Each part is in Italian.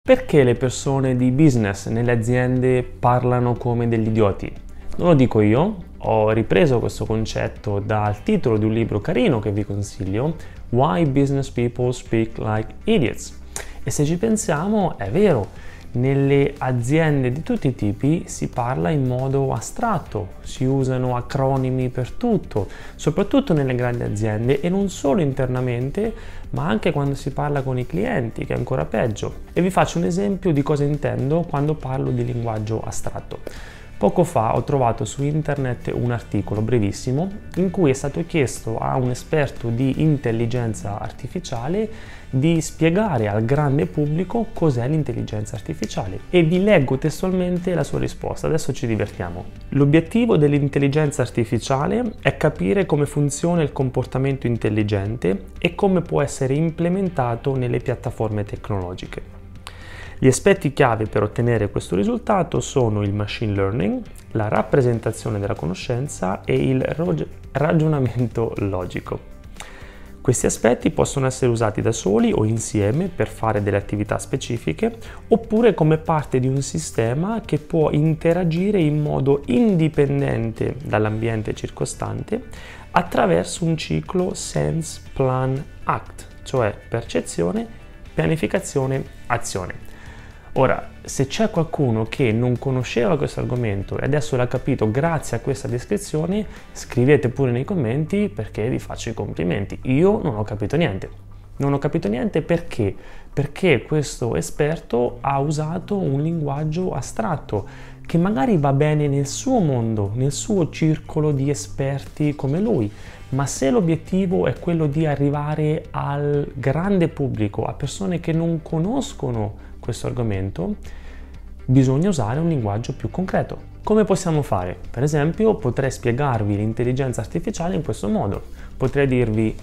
Perché le persone di business nelle aziende parlano come degli idioti? Non lo dico io, ho ripreso questo concetto dal titolo di un libro carino che vi consiglio, Why Business People Speak Like Idiots. E se ci pensiamo, è vero, nelle aziende di tutti i tipi si parla in modo astratto, si usano acronimi per tutto, soprattutto nelle grandi aziende e non solo internamente, ma anche quando si parla con i clienti, che è ancora peggio. E vi faccio un esempio di cosa intendo quando parlo di linguaggio astratto. Poco fa ho trovato su internet un articolo brevissimo in cui è stato chiesto a un esperto di intelligenza artificiale di spiegare al grande pubblico cos'è l'intelligenza artificiale e vi leggo testualmente la sua risposta. Adesso ci divertiamo. L'obiettivo dell'intelligenza artificiale è capire come funziona il comportamento intelligente e come può essere implementato nelle piattaforme tecnologiche. Gli aspetti chiave per ottenere questo risultato sono il machine learning, la rappresentazione della conoscenza e il ragionamento logico. Questi aspetti possono essere usati da soli o insieme per fare delle attività specifiche, oppure come parte di un sistema che può interagire in modo indipendente dall'ambiente circostante attraverso un ciclo Sense, Plan, Act, cioè percezione, pianificazione, azione. Ora, se c'è qualcuno che non conosceva questo argomento e adesso l'ha capito grazie a questa descrizione, scrivete pure nei commenti perché vi faccio i complimenti. Io non ho capito niente. Non ho capito niente perché? Perché questo esperto ha usato un linguaggio astratto che magari va bene nel suo mondo, nel suo circolo di esperti come lui, ma se l'obiettivo è quello di arrivare al grande pubblico, a persone che non conoscono questo argomento, bisogna usare un linguaggio più concreto. Come possiamo fare? Per esempio, potrei spiegarvi l'intelligenza artificiale in questo modo. Potrei dirvi: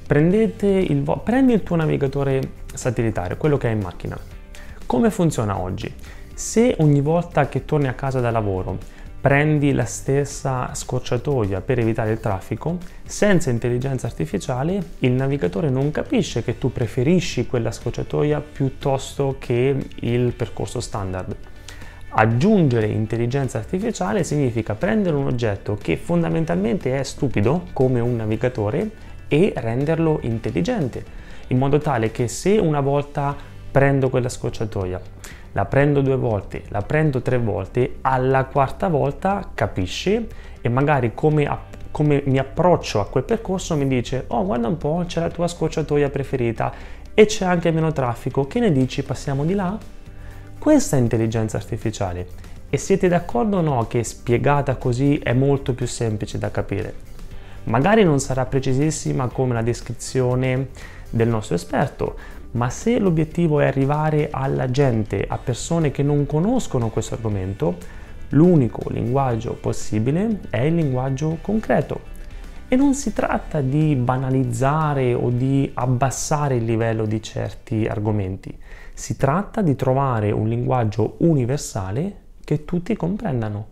prendi il tuo navigatore satellitare, quello che hai in macchina. Come funziona oggi? Se ogni volta che torni a casa da lavoro prendi la stessa scorciatoia per evitare il traffico, senza intelligenza artificiale il navigatore non capisce che tu preferisci quella scorciatoia piuttosto che il percorso standard. Aggiungere intelligenza artificiale significa prendere un oggetto che fondamentalmente è stupido, come un navigatore, e renderlo intelligente, in modo tale che se una volta prendo quella scorciatoia, la prendo 2 volte, la prendo 3 volte, alla quarta volta capisce e magari come mi approccio a quel percorso mi dice: oh, guarda un po', c'è la tua scorciatoia preferita e c'è anche meno traffico, che ne dici, passiamo di là? Questa è intelligenza artificiale e siete d'accordo o no che spiegata così è molto più semplice da capire? Magari non sarà precisissima come la descrizione del nostro esperto, ma se l'obiettivo è arrivare alla gente, a persone che non conoscono questo argomento, l'unico linguaggio possibile è il linguaggio concreto. E non si tratta di banalizzare o di abbassare il livello di certi argomenti, si tratta di trovare un linguaggio universale che tutti comprendano.